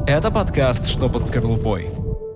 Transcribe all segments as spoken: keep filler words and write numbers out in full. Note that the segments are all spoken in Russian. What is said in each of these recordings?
Это подкаст «Что под скорлупой».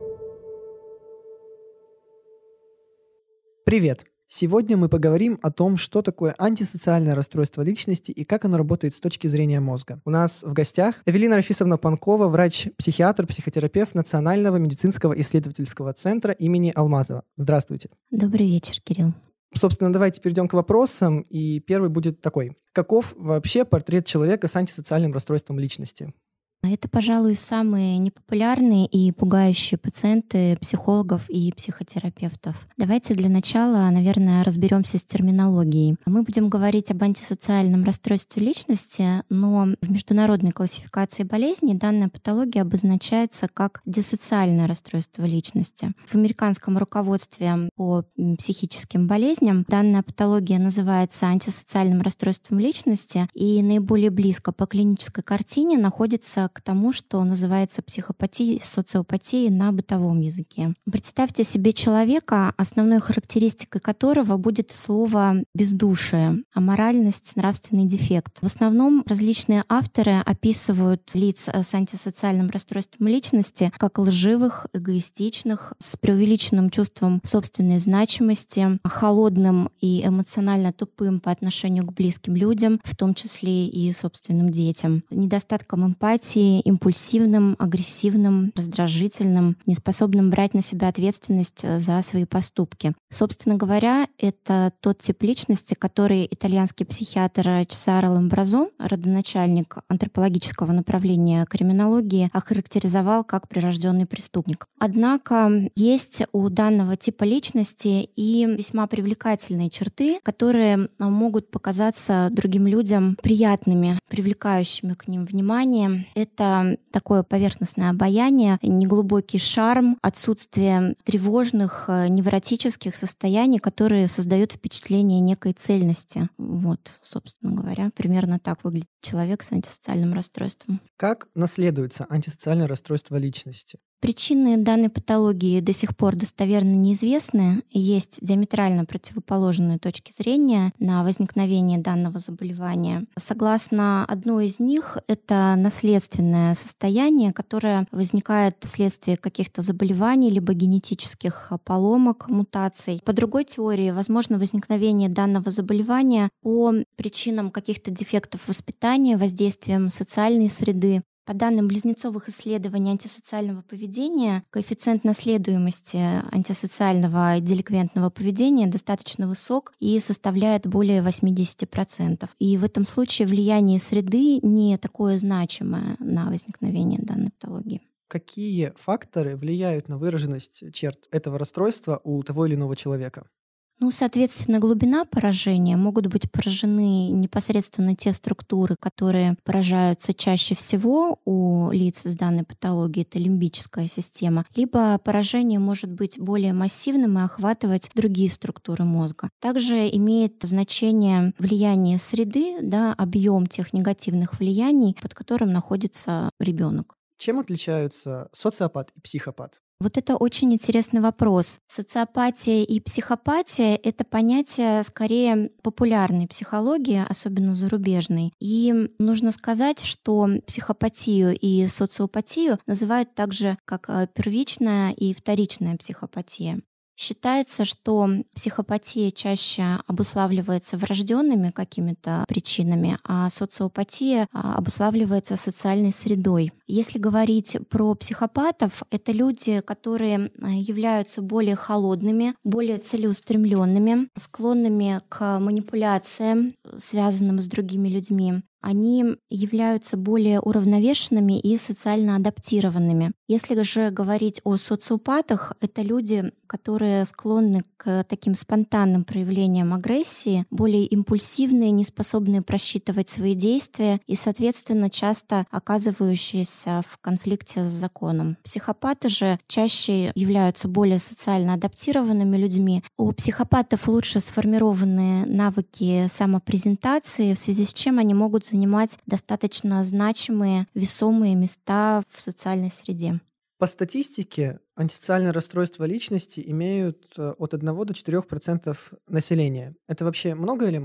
Привет! Сегодня мы поговорим о том, что такое антисоциальное расстройство личности и как оно работает с точки зрения мозга. У нас в гостях Эвелина Рафисовна Панкова, врач-психиатр, психотерапевт Национального медицинского исследовательского центра имени Алмазова. Здравствуйте. Добрый вечер, Кирилл. Собственно, давайте перейдем к вопросам, и первый будет такой. Каков вообще портрет человека с антисоциальным расстройством личности? Это, пожалуй, самые непопулярные и пугающие пациенты психологов и психотерапевтов. Давайте для начала, наверное, разберемся с терминологией. Мы будем говорить об антисоциальном расстройстве личности, но в международной классификации болезней данная патология обозначается как диссоциальное расстройство личности. В американском руководстве по психическим болезням данная патология называется антисоциальным расстройством личности и наиболее близко по клинической картине находится к тому, что называется психопатией, социопатией на бытовом языке. Представьте себе человека, основной характеристикой которого будет слово «бездушие», аморальность, нравственный дефект. В основном различные авторы описывают лиц с антисоциальным расстройством личности как лживых, эгоистичных, с преувеличенным чувством собственной значимости, холодным и эмоционально тупым по отношению к близким людям, в том числе и собственным детям, недостатком эмпатии, импульсивным, агрессивным, раздражительным, неспособным брать на себя ответственность за свои поступки. Собственно говоря, это тот тип личности, который итальянский психиатр Чезаре Ламбразо, родоначальник антропологического направления криминологии, охарактеризовал как прирожденный преступник. Однако есть у данного типа личности и весьма привлекательные черты, которые могут показаться другим людям приятными, привлекающими к ним внимание. Это такое поверхностное обаяние, неглубокий шарм, отсутствие тревожных, невротических состояний, которые создают впечатление некой цельности. Вот, собственно говоря, примерно так выглядит человек с антисоциальным расстройством. Как наследуется антисоциальное расстройство личности? Причины данной патологии до сих пор достоверно неизвестны. Есть диаметрально противоположные точки зрения на возникновение данного заболевания. Согласно одной из них, это наследственное состояние, которое возникает вследствие каких-то заболеваний либо генетических поломок, мутаций. По другой теории, возможно возникновение данного заболевания по причинам каких-то дефектов воспитания, воздействием социальной среды. По данным близнецовых исследований антисоциального поведения, коэффициент наследуемости антисоциального деликвентного поведения достаточно высок и составляет более восемьдесят процентов. И в этом случае влияние среды не такое значимое на возникновение данной патологии. Какие факторы влияют на выраженность черт этого расстройства у того или иного человека? Ну, соответственно, глубина поражения. Могут быть поражены непосредственно те структуры, которые поражаются чаще всего у лиц с данной патологией, это лимбическая система, либо поражение может быть более массивным и охватывать другие структуры мозга. Также имеет значение влияние среды, да, объем тех негативных влияний, под которым находится ребенок. Чем отличаются социопат и психопат? Вот это очень интересный вопрос. Социопатия и психопатия — это понятия скорее популярной психологии, особенно зарубежной. И нужно сказать, что психопатию и социопатию называют также как первичная и вторичная психопатия. Считается, что психопатия чаще обуславливается врожденными какими-то причинами, а социопатия обуславливается социальной средой. Если говорить про психопатов, это люди, которые являются более холодными, более целеустремленными, склонными к манипуляциям, связанным с другими людьми. Они являются более уравновешенными и социально адаптированными. Если же говорить о социопатах, это люди, которые склонны к таким спонтанным проявлениям агрессии, более импульсивные, неспособные просчитывать свои действия и, соответственно, часто оказывающиеся в конфликте с законом. Психопаты же чаще являются более социально адаптированными людьми. У психопатов лучше сформированы навыки самопрезентации, в связи с чем они могут занимать достаточно значимые, весомые места в социальной среде. По статистике, антисоциальные расстройства личности имеют от одного до четырёх процентов населения. Это вообще много или мало?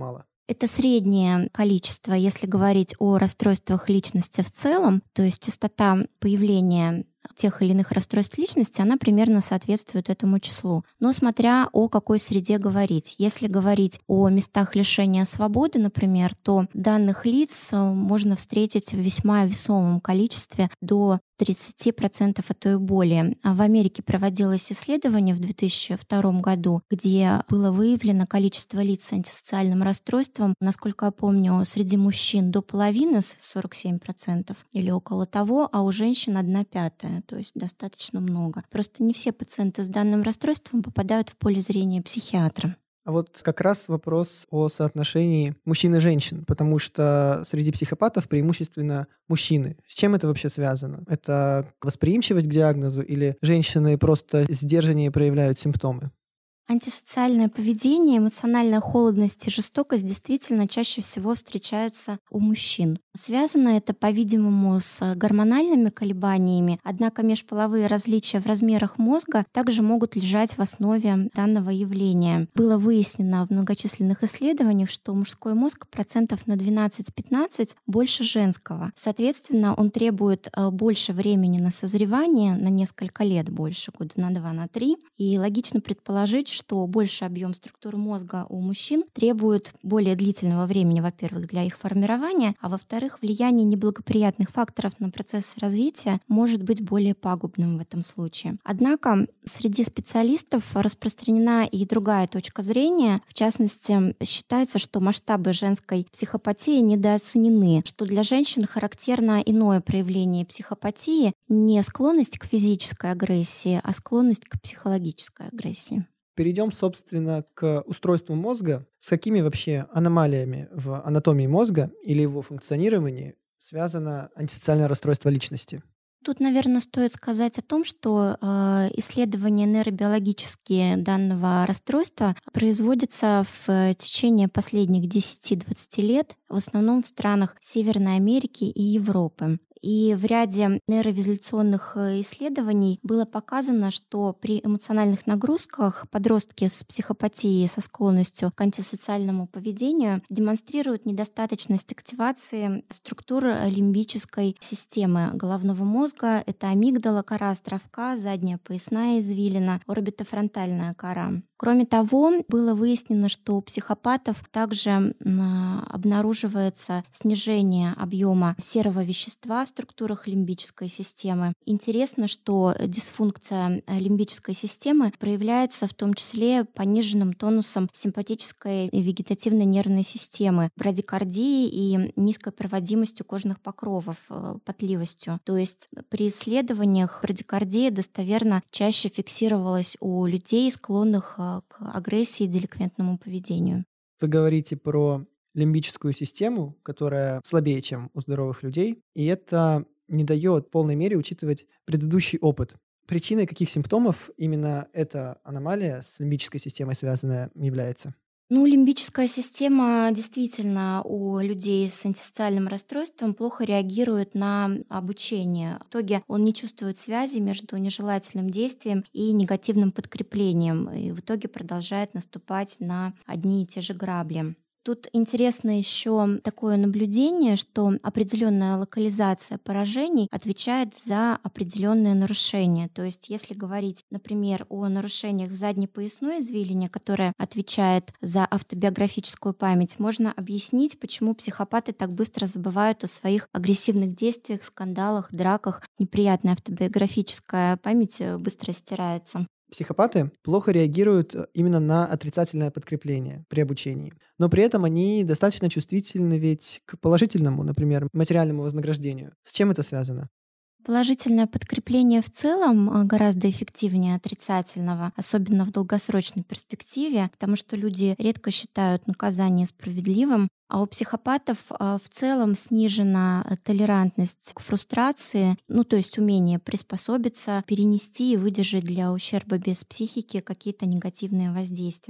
Это среднее количество, если говорить о расстройствах личности в целом, то есть частота появления тех или иных расстройств личности, она примерно соответствует этому числу. Но смотря о какой среде говорить. Если говорить о местах лишения свободы, например, то данных лиц можно встретить в весьма весомом количестве до тридцать процентов, а то и более. А в Америке проводилось исследование в две тысячи втором году, где было выявлено количество лиц с антисоциальным расстройством, насколько я помню, среди мужчин до половины, сорок семь процентов или около того, а у женщин одна пятая, то есть достаточно много. Просто не все пациенты с данным расстройством попадают в поле зрения психиатра. А вот как раз вопрос о соотношении мужчин и женщин, потому что среди психопатов преимущественно мужчины. С чем это вообще связано? Это восприимчивость к диагнозу или женщины просто сдержаннее проявляют симптомы? Антисоциальное поведение, эмоциональная холодность и жестокость действительно чаще всего встречаются у мужчин. Связано это, по-видимому, с гормональными колебаниями, однако межполовые различия в размерах мозга также могут лежать в основе данного явления. Было выяснено в многочисленных исследованиях, что мужской мозг процентов на двенадцать-пятнадцать больше женского. Соответственно, он требует больше времени на созревание, на несколько лет больше, года на два, на три. И логично предположить, что больший объем структуры мозга у мужчин требует более длительного времени, во-первых, для их формирования, а во-вторых, влияние неблагоприятных факторов на процесс развития может быть более пагубным в этом случае. Однако среди специалистов распространена и другая точка зрения. В частности, считается, что масштабы женской психопатии недооценены, что для женщин характерно иное проявление психопатии, не склонность к физической агрессии, а склонность к психологической агрессии. Перейдем, собственно, к устройству мозга. С какими вообще аномалиями в анатомии мозга или его функционировании связано антисоциальное расстройство личности? Тут, наверное, стоит сказать о том, что э, исследования нейробиологические данного расстройства производятся в течение последних десяти-двадцати лет, в основном в странах Северной Америки и Европы. И в ряде нейровизуляционных исследований было показано, что при эмоциональных нагрузках подростки с психопатией, со склонностью к антисоциальному поведению демонстрируют недостаточность активации структур лимбической системы головного мозга. Это амигдала, кора островка, задняя поясная извилина, орбитофронтальная кора. Кроме того, было выяснено, что у психопатов также обнаруживается снижение объема серого вещества в структурах лимбической системы. Интересно, что дисфункция лимбической системы проявляется в том числе пониженным тонусом симпатической и вегетативной нервной системы, брадикардией и низкой проводимостью кожных покровов, потливостью. То есть при исследованиях брадикардия достоверно чаще фиксировалась у людей, склонных к агрессии и деликвентному поведению. Вы говорите про лимбическую систему, которая слабее, чем у здоровых людей, и это не дает в полной мере учитывать предыдущий опыт. Причиной каких симптомов именно эта аномалия с лимбической системой связанная является? Ну, лимбическая система действительно у людей с антисоциальным расстройством плохо реагирует на обучение. В итоге он не чувствует связи между нежелательным действием и негативным подкреплением, и в итоге продолжает наступать на одни и те же грабли. Тут интересно еще такое наблюдение, что определенная локализация поражений отвечает за определенные нарушения. То есть, если говорить, например, о нарушениях в заднепоясной извилине, которая отвечает за автобиографическую память, можно объяснить, почему психопаты так быстро забывают о своих агрессивных действиях, скандалах, драках. Неприятная автобиографическая память быстро стирается. Психопаты плохо реагируют именно на отрицательное подкрепление при обучении, но при этом они достаточно чувствительны ведь к положительному, например, материальному вознаграждению. С чем это связано? Положительное подкрепление в целом гораздо эффективнее отрицательного, особенно в долгосрочной перспективе, потому что люди редко считают наказание справедливым. А у психопатов в целом снижена толерантность к фрустрации, ну то есть умение приспособиться, перенести и выдержать для ущерба без психики какие-то негативные воздействия.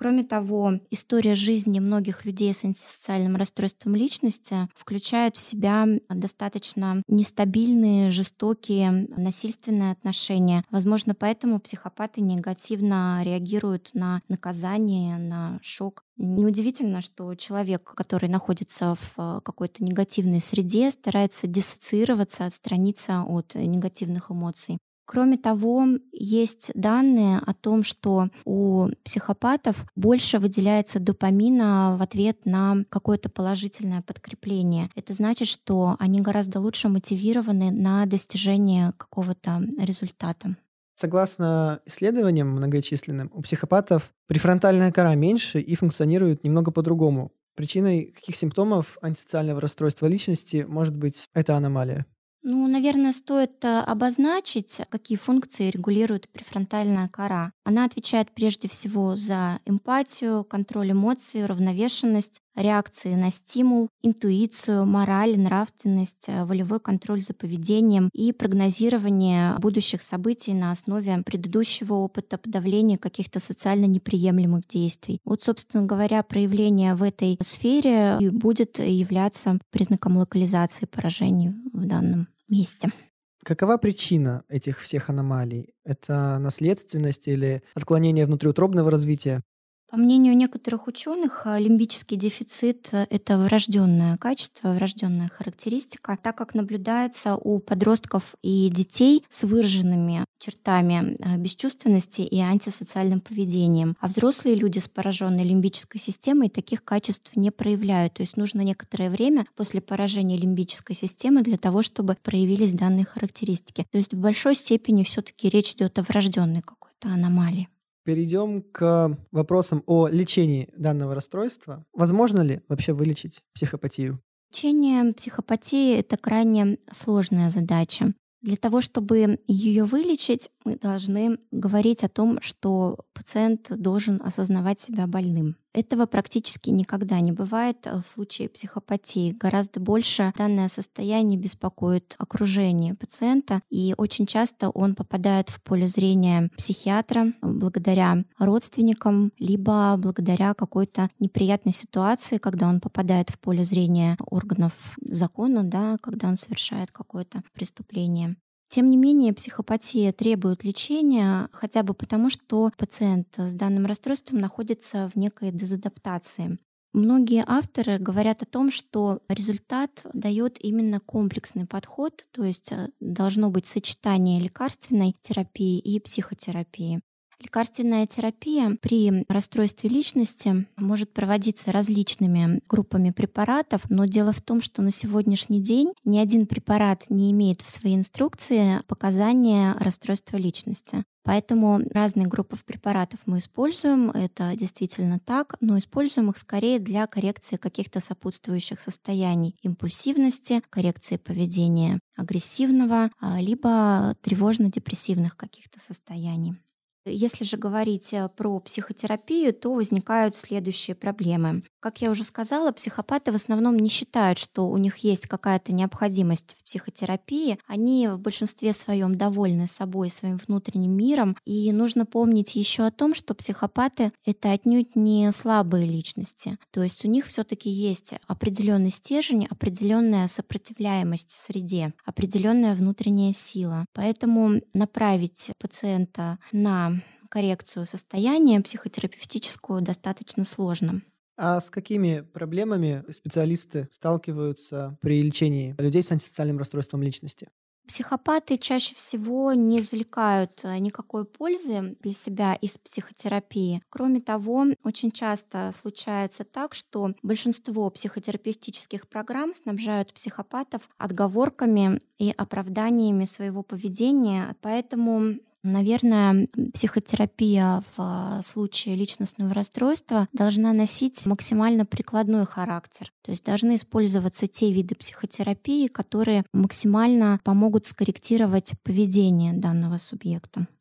Кроме того, история жизни многих людей с антисоциальным расстройством личности включает в себя достаточно нестабильные, жестокие, насильственные отношения. Возможно, поэтому психопаты негативно реагируют на наказание, на шок. Неудивительно, что человек, который находится в какой-то негативной среде, старается диссоциироваться, отстраниться от негативных эмоций. Кроме того, есть данные о том, что у психопатов больше выделяется допамина в ответ на какое-то положительное подкрепление. Это значит, что они гораздо лучше мотивированы на достижение какого-то результата. Согласно исследованиям многочисленным, у психопатов префронтальная кора меньше и функционирует немного по-другому. Причиной каких симптомов антисоциального расстройства личности может быть эта аномалия? Ну, наверное, стоит э, обозначить, какие функции регулирует префронтальная кора. Она отвечает прежде всего за эмпатию, контроль эмоций, уравновешенность, реакции на стимул, интуицию, мораль, нравственность, э, волевой контроль за поведением и прогнозирование будущих событий на основе предыдущего опыта подавления каких-то социально неприемлемых действий. Вот, собственно говоря, проявление в этой сфере и будет являться признаком локализации поражений в данном месте. Какова причина этих всех аномалий? Это наследственность или отклонение внутриутробного развития? По мнению некоторых ученых, лимбический дефицит — это врожденное качество, врожденная характеристика, так как наблюдается у подростков и детей с выраженными чертами бесчувственности и антисоциальным поведением. А взрослые люди с пораженной лимбической системой таких качеств не проявляют. То есть нужно некоторое время после поражения лимбической системы для того, чтобы проявились данные характеристики. То есть в большой степени все-таки речь идет о врожденной какой-то аномалии. Перейдем к вопросам о лечении данного расстройства. Возможно ли вообще вылечить психопатию? Лечение психопатии — это крайне сложная задача. Для того, чтобы ее вылечить, мы должны говорить о том, что пациент должен осознавать себя больным. Этого практически никогда не бывает в случае психопатии. Гораздо больше данное состояние беспокоит окружение пациента, и очень часто он попадает в поле зрения психиатра благодаря родственникам, либо благодаря какой-то неприятной ситуации, когда он попадает в поле зрения органов закона, да, когда он совершает какое-то преступление. Тем не менее, психопатия требует лечения хотя бы потому, что пациент с данным расстройством находится в некой дезадаптации. Многие авторы говорят о том, что результат дает именно комплексный подход, то есть должно быть сочетание лекарственной терапии и психотерапии. Лекарственная терапия при расстройстве личности может проводиться различными группами препаратов, но дело в том, что на сегодняшний день ни один препарат не имеет в своей инструкции показания расстройства личности. Поэтому разные группы препаратов мы используем, это действительно так, но используем их скорее для коррекции каких-то сопутствующих состояний импульсивности, коррекции поведения агрессивного, либо тревожно-депрессивных каких-то состояний. Если же говорить про психотерапию, то возникают следующие проблемы. Как я уже сказала, психопаты в основном не считают, что у них есть какая-то необходимость в психотерапии. Они в большинстве своем довольны собой, своим внутренним миром. И нужно помнить еще о том, что психопаты — это отнюдь не слабые личности. То есть у них все-таки есть определенный стержень, определенная сопротивляемость среде, определенная внутренняя сила. Поэтому направить пациента на коррекцию состояния психотерапевтическую достаточно сложно. А с какими проблемами специалисты сталкиваются при лечении людей с антисоциальным расстройством личности? Психопаты чаще всего не извлекают никакой пользы для себя из психотерапии. Кроме того, очень часто случается так, что большинство психотерапевтических программ снабжают психопатов отговорками и оправданиями своего поведения, поэтому наверное, психотерапия в случае личностного расстройства должна носить максимально прикладной характер. То есть должны использоваться те виды психотерапии, которые максимально помогут скорректировать поведение данного субъекта.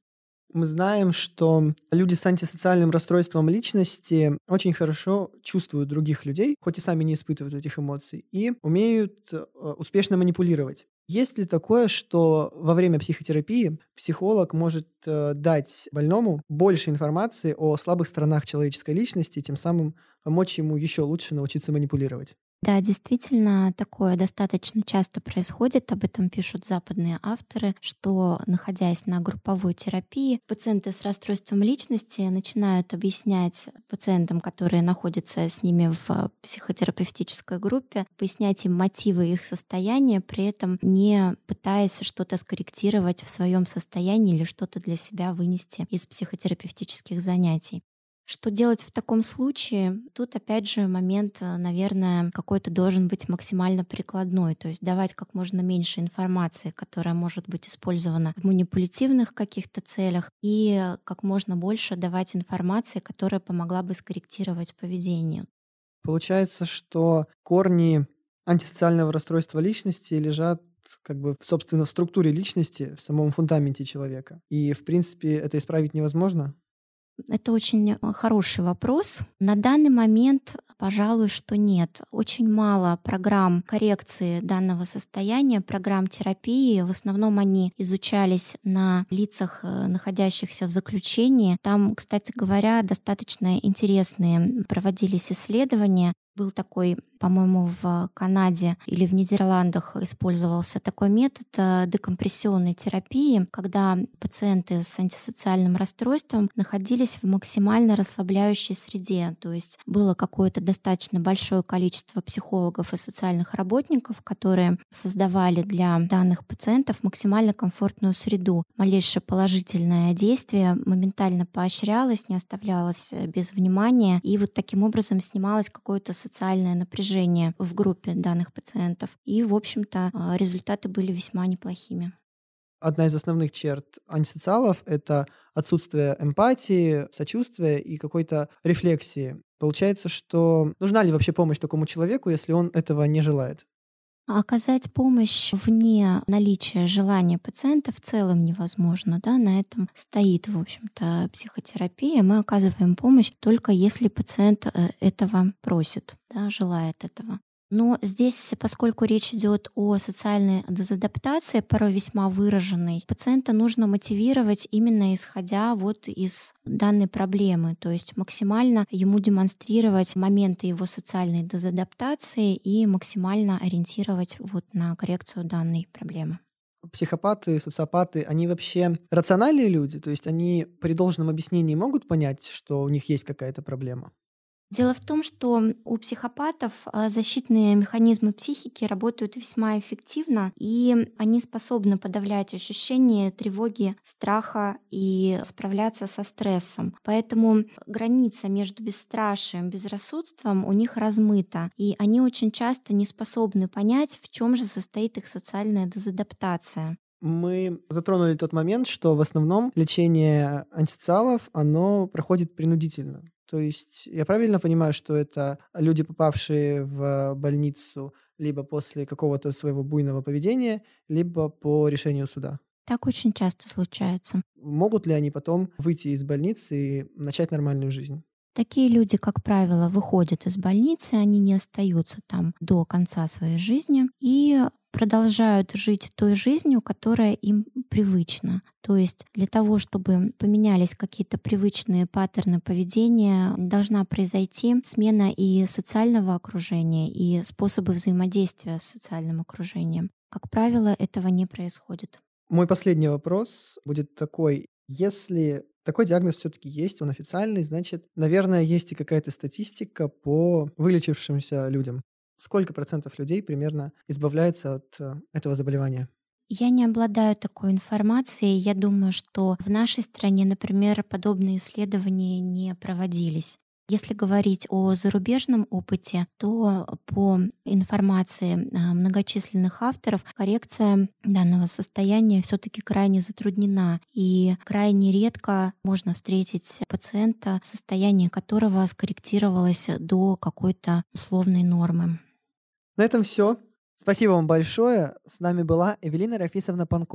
Мы знаем, что люди с антисоциальным расстройством личности очень хорошо чувствуют других людей, хоть и сами не испытывают этих эмоций, и умеют э, успешно манипулировать. Есть ли такое, что во время психотерапии психолог может э, дать больному больше информации о слабых сторонах человеческой личности и тем самым помочь ему еще лучше научиться манипулировать? Да, действительно, такое достаточно часто происходит, об этом пишут западные авторы, что, находясь на групповой терапии, пациенты с расстройством личности начинают объяснять пациентам, которые находятся с ними в психотерапевтической группе, пояснять им мотивы их состояния, при этом не пытаясь что-то скорректировать в своем состоянии или что-то для себя вынести из психотерапевтических занятий. Что делать в таком случае? Тут опять же момент, э, наверное, какой-то должен быть максимально прикладной, то есть давать как можно меньше информации, которая может быть использована в манипулятивных каких-то целях, и э, как можно больше давать информации, которая помогла бы скорректировать поведение. Получается, что корни антисоциального расстройства личности лежат как бы, в, собственно, в структуре личности, в самом фундаменте человека. И, в принципе, это исправить невозможно. Это очень э, хороший вопрос. На данный момент, пожалуй, что нет. Очень мало программ коррекции данного состояния, программ терапии. В основном они изучались на лицах, э, находящихся в заключении. Там, кстати говоря, достаточно интересные проводились исследования. Был такой, по-моему, в Канаде или в Нидерландах использовался такой метод э, декомпрессионной терапии, когда пациенты с антисоциальным расстройством находились в максимально расслабляющей среде. То есть было какое-то достаточно большое количество психологов и социальных работников, которые создавали для данных пациентов максимально комфортную среду. Малейшее положительное действие моментально поощрялось, не оставлялось э, без внимания, и вот таким образом снималось какое-то социальное напряжение в группе данных пациентов. И, в общем-то, э, результаты были весьма неплохими. Одна из основных черт антисоциалов — это отсутствие эмпатии, сочувствия и какой-то рефлексии. Получается, что нужна ли вообще помощь такому человеку, если он этого не желает? А Оказать помощь вне наличия желания пациента в целом невозможно. Да? На этом стоит, в общем-то, психотерапия. Мы оказываем помощь только если пациент э, этого просит, да, желает этого. Но здесь, поскольку речь идет о социальной дезадаптации, порой весьма выраженной, пациента нужно мотивировать именно исходя вот из данной проблемы, то есть максимально ему демонстрировать моменты его социальной дезадаптации и максимально ориентировать вот на коррекцию данной проблемы. Психопаты, социопаты, они вообще рациональные люди? То есть они при должном объяснении могут понять, что у них есть какая-то проблема? Дело в том, что у психопатов а, защитные механизмы психики работают весьма эффективно, и они способны подавлять ощущения тревоги, страха и справляться со стрессом. Поэтому граница между бесстрашием и безрассудством у них размыта, и они очень часто не способны понять, в чем же состоит их социальная дезадаптация. Мы затронули тот момент, что в основном лечение антисоциалов, оно проходит принудительно. То есть я правильно понимаю, что это люди, попавшие в больницу либо после какого-то своего буйного поведения, либо по решению суда? Так очень часто случается. Могут ли они потом выйти из больницы и начать нормальную жизнь? Такие люди, как правило, выходят из больницы, они не остаются там до конца своей жизни и продолжают жить той жизнью, которая им привычна. То есть для того, чтобы поменялись какие-то привычные паттерны поведения, должна произойти смена и социального окружения, и способы взаимодействия с социальным окружением. Как правило, этого не происходит. Мой последний вопрос будет такой. Если такой диагноз все-таки есть, он официальный, значит, наверное, есть и какая-то статистика по вылечившимся людям. Сколько процентов людей примерно избавляется от э, этого заболевания? Я не обладаю такой информацией. Я думаю, что в нашей стране, например, подобные исследования не проводились. Если говорить о зарубежном опыте, то по информации а, многочисленных авторов коррекция данного состояния все-таки крайне затруднена, и крайне редко можно встретить пациента, состояние которого скорректировалось до какой-то условной нормы. На этом все. Спасибо вам большое. С нами была Эвелина Рафисовна Панкова,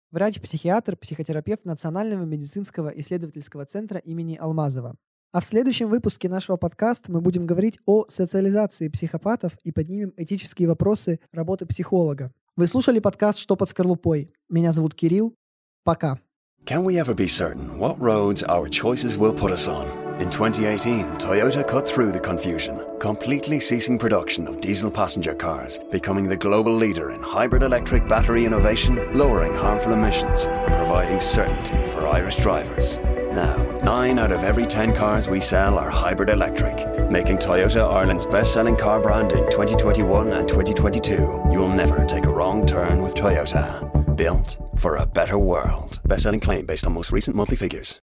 врач-психиатр, психотерапевт Национального медицинского исследовательского центра имени Алмазова. А в следующем выпуске нашего подкаста мы будем говорить о социализации психопатов и поднимем этические вопросы работы психолога. Вы слушали подкаст «Что под скорлупой?». Меня зовут Кирилл. Пока. Can we ever be certain what roads our choices will put us on? In twenty eighteen, Toyota cut through the confusion, completely ceasing production of diesel passenger cars, becoming the global leader in hybrid electric battery innovation, lowering harmful emissions, and providing certainty for Irish drivers. Now, nine out of every ten cars we sell are hybrid electric, making Toyota Ireland's best-selling car brand in twenty twenty-one and twenty twenty-two. You will never take a wrong turn with Toyota. Built for a better world. Best-selling claim based on most recent monthly figures.